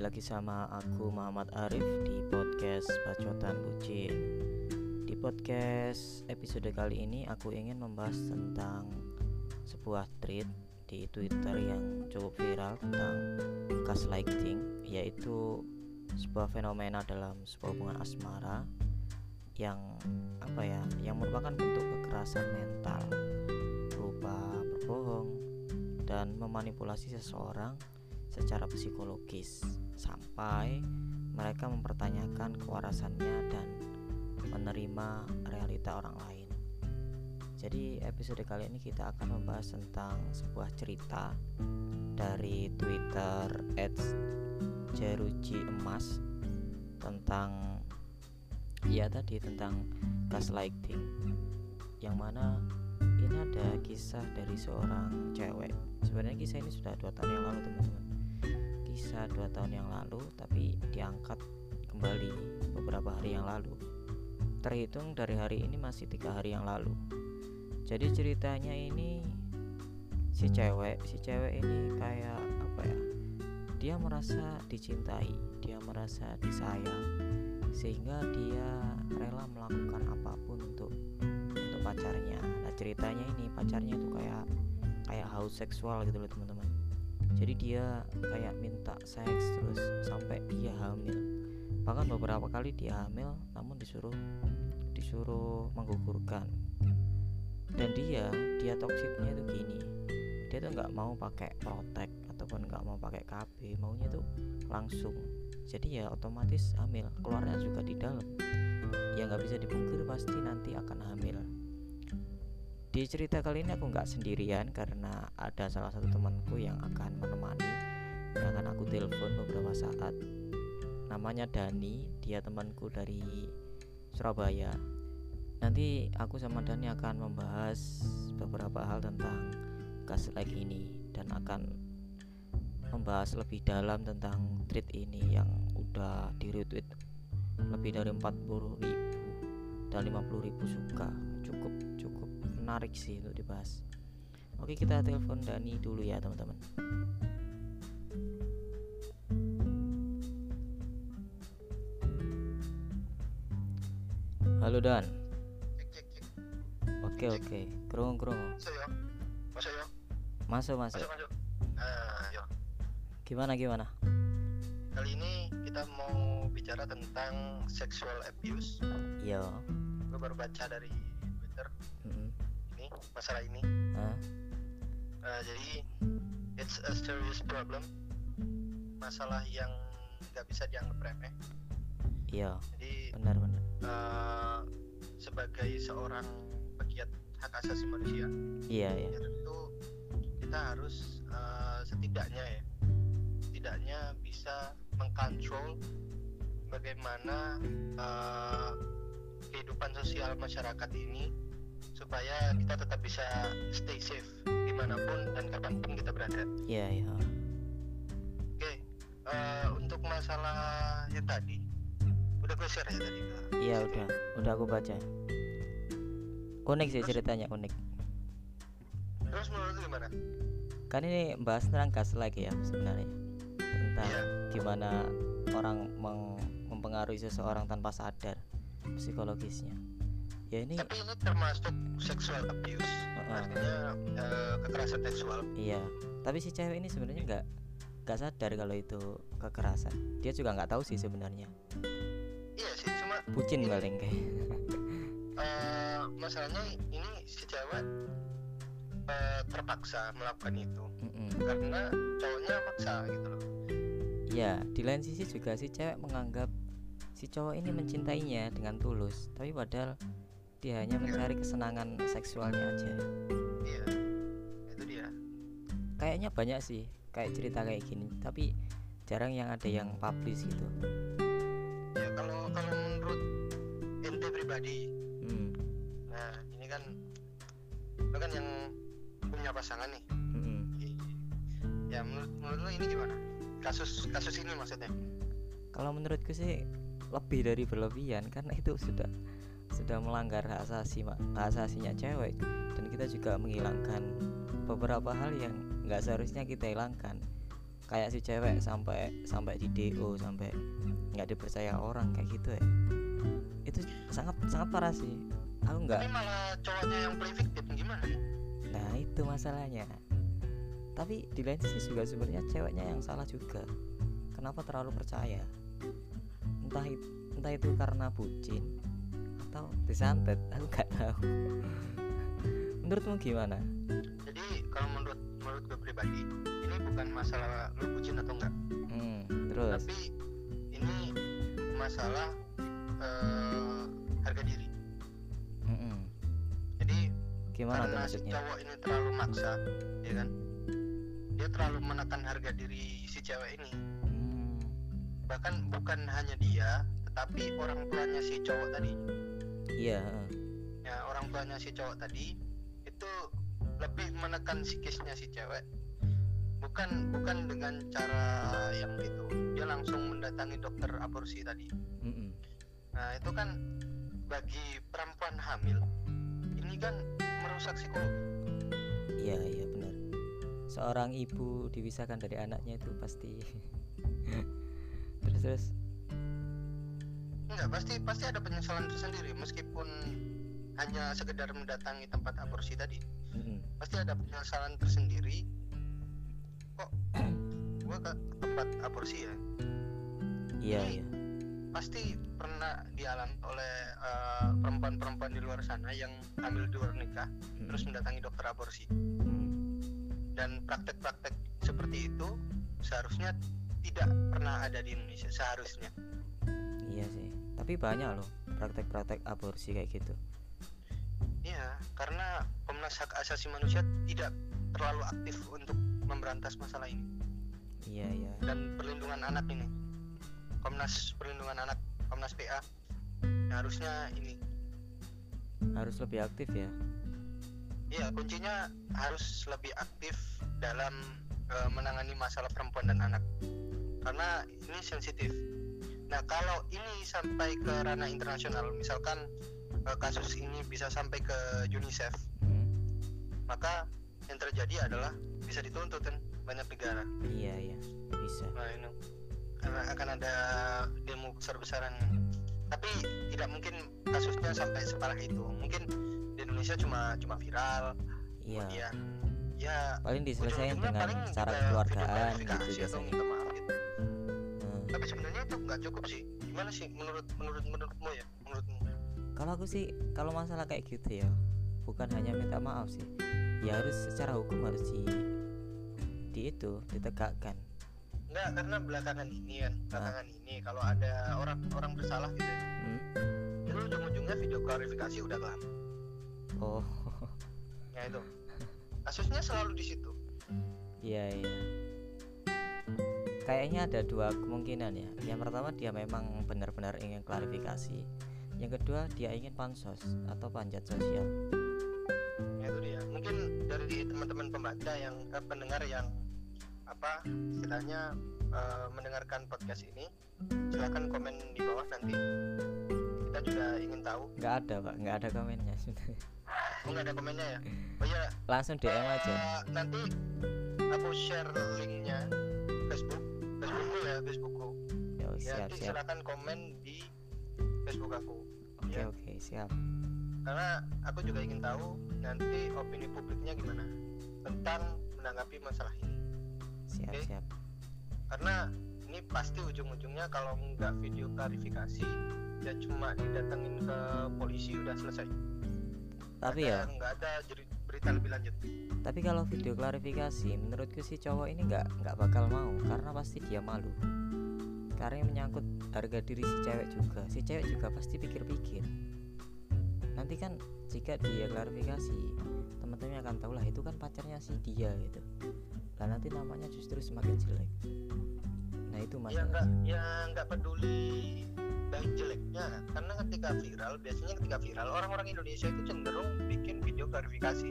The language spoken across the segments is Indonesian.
lagi sama aku Muhammad Arif di podcast Bacotan Bucin. Di podcast episode kali ini aku ingin membahas tentang sebuah thread di Twitter yang cukup viral tentang gaslighting, yaitu sebuah fenomena dalam sebuah hubungan asmara yang yang merupakan bentuk kekerasan mental berupa berbohong dan memanipulasi seseorang secara psikologis sampai mereka mempertanyakan kewarasannya dan menerima realita orang lain. Jadi episode kali ini kita akan membahas tentang sebuah cerita dari Twitter @jeruji_emas tentang gaslighting, yang mana ini ada kisah dari seorang cewek. Sebenarnya kisah ini sudah 2 tahun yang lalu, teman-teman. Kisah 2 tahun yang lalu, tapi diangkat kembali beberapa hari yang lalu. Terhitung dari hari ini masih 3 hari yang lalu. Jadi ceritanya ini si cewek ini kayak dia merasa dicintai, dia merasa disayang, sehingga dia rela melakukan apapun untuk pacarnya. Nah, ceritanya ini pacarnya itu kayak haus seksual gitu loh, teman-teman. Jadi dia kayak minta seks terus sampai dia hamil. Bahkan beberapa kali dia hamil namun disuruh menggugurkan. Dan dia toksiknya itu gini. Dia tuh nggak mau pakai protek ataupun nggak mau pakai KB, maunya tuh langsung. Jadi ya otomatis hamil, keluarnya juga di dalam. Ya nggak bisa dipungkir pasti nanti akan hamil. Di cerita kali ini aku nggak sendirian karena ada salah satu temanku yang akan menemani, yang akan aku telepon beberapa saat. Namanya Dani, dia temanku dari Surabaya. Nanti aku sama Dani akan membahas beberapa hal tentang gaslighting ini dan akan membahas lebih dalam tentang thread ini yang udah di-retweet lebih dari 40.000 dan 50.000 suka. Cukup menarik sih untuk dibahas. Oke, kita telepon Dani dulu ya, teman-teman. Halo Dan. Cek. Oke. Kerung. Masuk. Yo. Gimana? Kali ini kita mau bicara tentang sexual abuse. Iya. Gue baru baca dari Twitter ini masalah ini. Jadi it's a serious problem. Masalah yang nggak bisa dianggap remeh. Iya. Jadi Benar. Sebagai seorang pegiat hak asasi manusia, Iya. ya tentu kita harus setidaknya bisa mengkontrol bagaimana kehidupan sosial masyarakat ini supaya kita tetap bisa stay safe dimanapun dan kapanpun kita berada. Iya. Oke, untuk masalah yang tadi udah gue share ya tadi. Iya, udah aku baca. Unik sih ceritanya, unik. Terus menurut lu gimana? Kan ini bahas tentang gaslighting ya sebenarnya, tentang gimana orang mempengaruhi seseorang tanpa sadar psikologisnya. Ya ini. Tapi ini termasuk sexual abuse, artinya kekerasan seksual. Iya. Tapi si cewek ini sebenarnya nggak sadar kalau itu kekerasan. Dia juga nggak tahu sih sebenarnya. Iya sih, cuma bucin paling kayak. Masalahnya ini si cewek terpaksa melakukan itu karena cowoknya maksa gitu loh. Ya, di lain sisi juga si cewek menganggap si cowok ini mencintainya dengan tulus, tapi padahal dia hanya mencari kesenangan seksualnya aja. Iya, itu dia. Kayaknya banyak sih kayak cerita kayak gini, tapi jarang yang ada yang publish gitu. Ya kalau menurut ente pribadi, nah ini kan lo kan yang punya pasangan nih. Ya menurut lo ini gimana? Kasus ini maksudnya? Kalau menurutku sih lebih dari berlebihan, karena itu sudah melanggar hak asasinya cewek, dan kita juga menghilangkan beberapa hal yang nggak seharusnya kita hilangkan. kayak si cewek sampai di DO, sampai nggak dipercaya orang kayak gitu ya. Itu sangat parah sih. Aku nggak. Tapi malah cowoknya yang play victim gimana? Nah itu masalahnya. Tapi di lain sisi juga sebenarnya ceweknya yang salah juga. Kenapa terlalu percaya? Entah itu karena bucin atau disantet, aku nggak tahu. Menurutmu gimana? Jadi kalau menurut gue pribadi, ini bukan masalah lu bucin atau enggak. Terus. Tapi ini masalah harga diri. Jadi gimana karena si cowok ini terlalu maksa, ya kan? Dia terlalu menekan harga diri si cewek ini. Bahkan bukan hanya dia, tetapi orang tuanya si cowok tadi. Iya. Ya, orang tuanya si cowok tadi itu lebih menekan psikisnya si cewek. Bukan dengan cara yang itu. Dia langsung mendatangi dokter aborsi tadi. Nah, itu kan bagi perempuan hamil ini kan merusak psikologi. Iya benar. Seorang ibu dipisahkan dari anaknya itu pasti terus enggak, pasti ada penyesalan tersendiri meskipun hanya sekedar mendatangi tempat aborsi tadi. Pasti ada penyesalan tersendiri. Kok gua ke tempat aborsi ya? Iya. Pasti pernah dialami oleh perempuan-perempuan di luar sana yang hamil di luar nikah terus mendatangi dokter aborsi. Dan praktek-praktek seperti itu seharusnya tidak pernah ada di Indonesia, seharusnya. Iya sih, tapi banyak loh praktek-praktek aborsi kayak gitu. Iya, karena Komnas Hak Asasi Manusia tidak terlalu aktif untuk memberantas masalah ini. Iya. Dan perlindungan anak ini, Komnas Perlindungan Anak, Komnas PA, harusnya ini harus lebih aktif ya. Iya, kuncinya harus lebih aktif dalam menangani masalah perempuan dan anak, karena ini sensitif. Nah, kalau ini sampai ke ranah internasional, misalkan kasus ini bisa sampai ke UNICEF, maka yang terjadi adalah bisa dituntut kan banyak negara. Iya bisa. Nah, ini akan ada demo besar-besaran. Tapi tidak mungkin kasusnya sampai separah itu. Mungkin di Indonesia cuma viral. Iya. Kemudian ya paling diselesaikan dengan cara kekeluargaan gitu biasanya. Gitu. Tapi sebenarnya itu nggak cukup sih. Gimana sih menurutmu ya? Kalau aku sih, kalau masalah kayak gitu ya, bukan hanya minta maaf sih. Ya harus secara hukum harus ditegakkan. Enggak, karena belakangan ini kalau ada orang bersalah gitu ya, itu ujung-ujungnya video klarifikasi udah kelar. Oh. Ya itu. Kasusnya selalu di situ. Iya. Kayaknya ada dua kemungkinan ya. Yang pertama, dia memang benar-benar ingin klarifikasi. Yang kedua, dia ingin pansos atau panjat sosial. Ya itu dia. Mungkin dari teman-teman pembaca yang pendengar yang istilahnya mendengarkan podcast ini, silakan komen di bawah, nanti kita juga ingin tahu. Nggak ada Pak, nggak ada komennya sebenarnya. Oh, nggak ada komennya ya? Oh ya, langsung DM aja. Nanti aku share linknya Facebookku. Siap. Silakan komen di Facebook aku. Oke, siap. Karena aku juga ingin tahu nanti opini publiknya gimana tentang menanggapi masalah ini. Siap. Karena ini pasti ujung-ujungnya kalau nggak video klarifikasi ya cuma didatengin ke polisi udah selesai. Tapi nggak ada berita lebih lanjut. Tapi kalau video klarifikasi, menurutku si cowok ini nggak bakal mau, karena pasti dia malu. Karena menyangkut harga diri si cewek juga. Si cewek juga pasti pikir-pikir. Nanti kan jika dia klarifikasi, teman-temannya akan tahu lah itu kan pacarnya si dia gitu. Lah nanti namanya justru semakin jelek. Nah itu masalah. Ya nggak peduli baik jeleknya, karena ketika viral orang-orang Indonesia itu cenderung bikin video klarifikasi.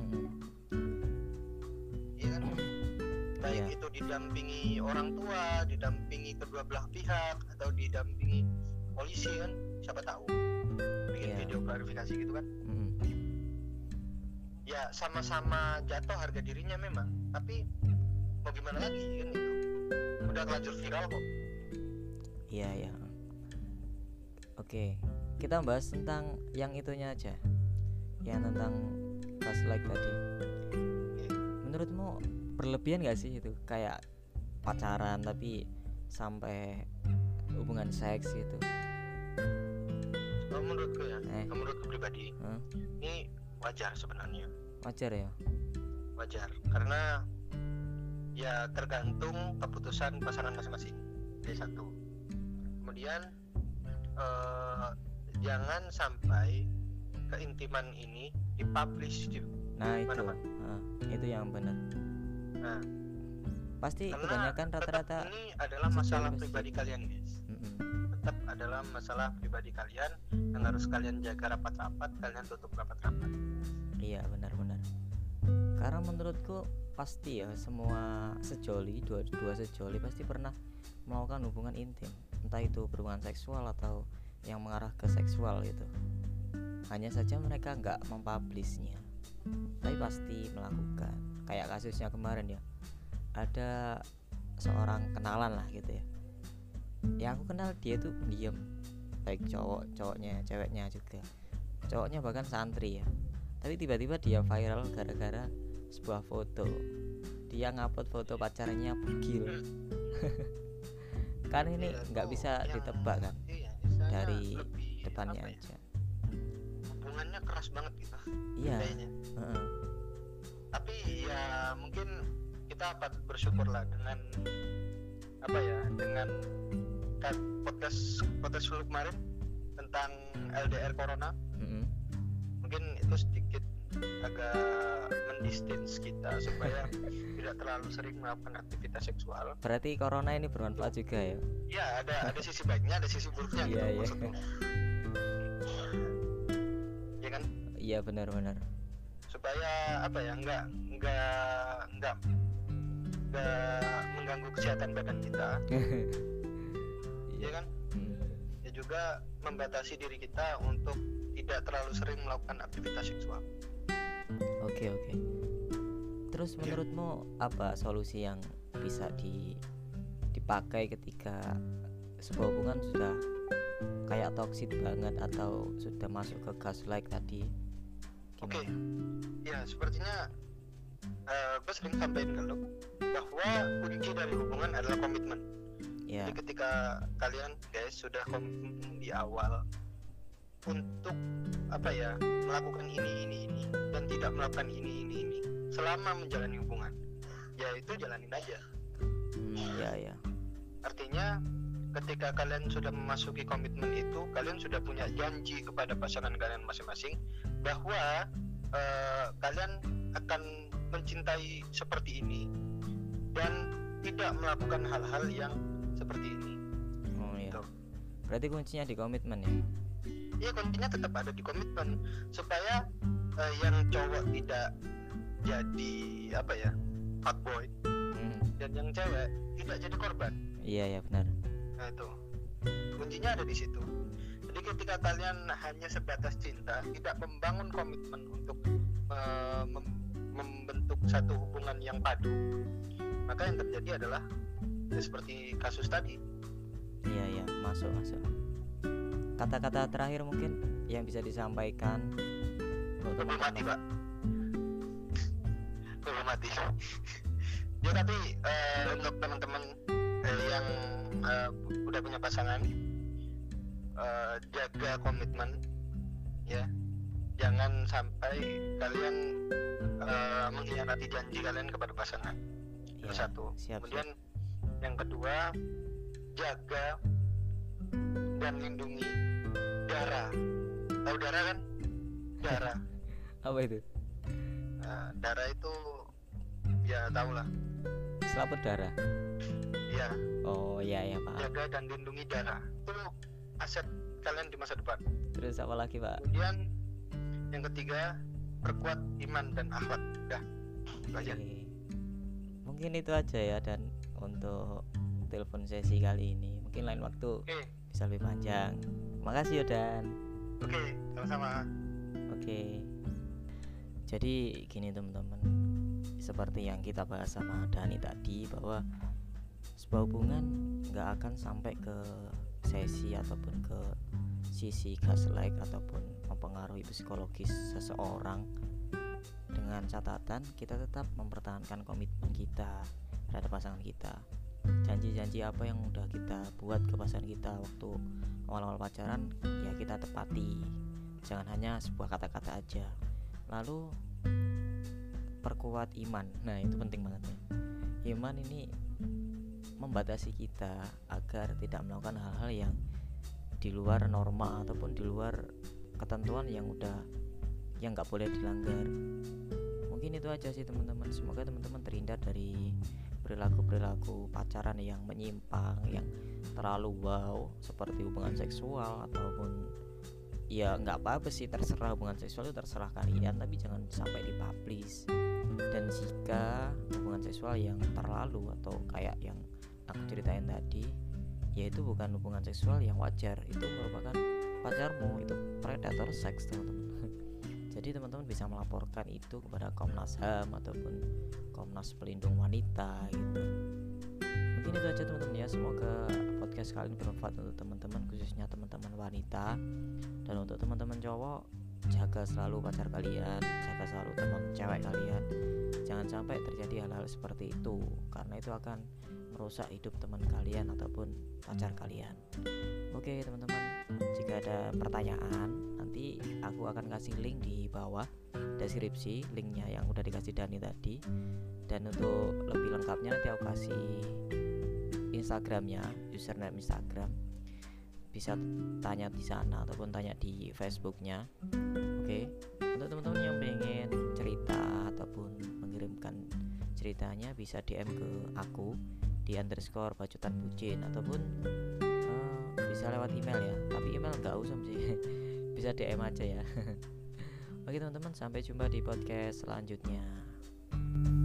Iya kan? Baik itu didampingi orang tua, didampingi kedua belah pihak, atau didampingi polisi kan, siapa tahu bikin video klarifikasi gitu kan. Ya sama-sama jatuh harga dirinya memang, tapi mau gimana lagi kan itu. udah kelanjur viral kok. Iya ya. Oke, kita bahas tentang yang itunya aja, yang tentang gaslight tadi. Menurutmu berlebihan gak sih itu, kayak pacaran tapi sampai hubungan seks gitu? Menurutku ya, menurutku pribadi, ini wajar sebenarnya. Wajar ya? Wajar, karena ya tergantung keputusan pasangan masing-masing. Itu satu. Kemudian jangan sampai keintiman ini dipublish di mana-mana. Itu yang benar. Nah, pasti karena kebanyakan rata-rata ini adalah masalah pribadi kalian, guys. Tetap adalah masalah pribadi kalian yang harus kalian jaga rapat-rapat, kalian tutup rapat-rapat. Iya, benar-benar. Karena menurutku pasti ya, semua sejoli, dua sejoli pasti pernah melakukan hubungan intim, entah itu berhubungan seksual atau yang mengarah ke seksual gitu. Hanya saja mereka nggak mempublishnya, tapi pasti melakukan. Kayak kasusnya kemarin ya, ada seorang kenalan lah gitu ya, yang aku kenal dia tuh pendiam, baik cowoknya, ceweknya juga. Cowoknya bahkan santri ya, tapi tiba-tiba dia viral gara-gara sebuah foto. Dia ngupload foto pacarnya bugil. Kan ini nggak bisa ditebak kan, dari depannya aja. Hubungannya keras banget gitu. Iya. Tapi ya mungkin kita patut bersyukur lah dengan dengan podcast dulu kemarin tentang LDR Corona. Mungkin itu sedikit agak mendistance kita supaya tidak terlalu sering melakukan aktivitas seksual. Berarti Corona ini bermanfaat juga ya? Ya, ada sisi baiknya, ada sisi buruknya gitu maksudnya. Ya kan? Iya, benar-benar. Supaya enggak mengganggu kesehatan badan kita. Iya kan? Ya juga membatasi diri kita untuk tidak terlalu sering melakukan aktivitas seksual. Oke. Terus menurutmu apa solusi yang bisa dipakai ketika sebuah hubungan sudah kayak toksik banget atau sudah masuk ke gaslight tadi? Oke. Ya, sepertinya gue sering sampaikan ke lo bahwa kunci dari hubungan adalah komitmen. Jadi ketika kalian guys sudah komitmen di awal untuk melakukan ini dan tidak melakukan ini selama menjalani hubungan, ya itu jalanin aja. Ya. Artinya ketika kalian sudah memasuki komitmen itu, kalian sudah punya janji kepada pasangan kalian masing-masing bahwa kalian akan mencintai seperti ini dan tidak melakukan hal-hal yang seperti ini. Iya. Berarti kuncinya di komitmen ya? Iya, kuncinya tetap ada di komitmen supaya yang cowok tidak jadi fuckboy dan yang cewek tidak jadi korban. Iya benar. Nah itu kuncinya ada di situ. Jadi ketika kalian hanya sebatas cinta, tidak membangun komitmen untuk membentuk satu hubungan yang padu, maka yang terjadi adalah seperti kasus tadi. Iya masuk. Kata-kata terakhir mungkin yang bisa disampaikan. Belum mati pak. Belum mati. Ya tapi untuk teman-teman yang udah punya pasangan, jaga komitmen ya. Jangan sampai kalian mengkhianati janji kalian kepada pasangan. Itu satu. Kemudian yang kedua, jaga dan lindungi darah. Tahu darah kan? Darah. Apa itu? Darah itu ya tahu lah. Selaput darah. Iya. Oh iya Pak. Jaga dan lindungi darah. Itu aset kalian di masa depan. Terus apa lagi Pak? Kemudian yang ketiga, perkuat iman dan akhlak. Udah. Itu aja. Mungkin itu aja ya, dan untuk telepon sesi kali ini mungkin lain waktu bisa lebih panjang. Makasih Yodan. Oke, sama-sama. Oke. Jadi gini teman-teman, seperti yang kita bahas sama Dani tadi, bahwa sebuah hubungan nggak akan sampai ke sesi ataupun ke sisi gaslight ataupun mempengaruhi psikologis seseorang, dengan catatan kita tetap mempertahankan komitmen kita terhadap pasangan kita. Janji-janji apa yang udah kita buat ke pasangan kita waktu awal-awal pacaran ya kita tepati, jangan hanya sebuah kata-kata aja. Lalu perkuat iman. Nah itu penting banget ya. Iman ini membatasi kita agar tidak melakukan hal-hal yang di luar norma ataupun di luar ketentuan yang nggak boleh dilanggar. Mungkin itu aja sih teman-teman. Semoga teman-teman terhindar dari perilaku pacaran yang menyimpang, yang terlalu wow, seperti hubungan seksual ataupun ya nggak apa-apa sih, terserah, hubungan seksual itu terserah kalian, tapi jangan sampai dipublish. Dan jika hubungan seksual yang terlalu atau kayak yang aku ceritain tadi, yaitu bukan hubungan seksual yang wajar, itu merupakan pacarmu, itu predator seks teman-teman. Jadi teman-teman bisa melaporkan itu kepada Komnas HAM ataupun Komnas Pelindung Wanita gitu. Mungkin itu aja teman-teman ya. Semoga podcast kali ini bermanfaat untuk teman-teman, khususnya teman-teman wanita. Dan untuk teman-teman cowok, jaga selalu pacar kalian, jaga selalu teman cewek kalian. Jangan sampai terjadi hal-hal seperti itu, karena itu akan merusak hidup teman kalian ataupun pacar kalian. Oke teman-teman, jika ada pertanyaan nanti aku akan kasih link di bawah deskripsi, linknya yang udah dikasih Dani tadi. Dan untuk lebih lengkapnya nanti aku kasih Instagramnya, username Instagram, bisa tanya di sana ataupun tanya di Facebooknya. Oke, untuk teman-teman yang pengen cerita ataupun mengirimkan ceritanya bisa DM ke aku di _bacotanbucin ataupun bisa lewat email ya, tapi email nggak usah sih. Bisa DM aja ya. Oke teman-teman, sampai jumpa di podcast selanjutnya.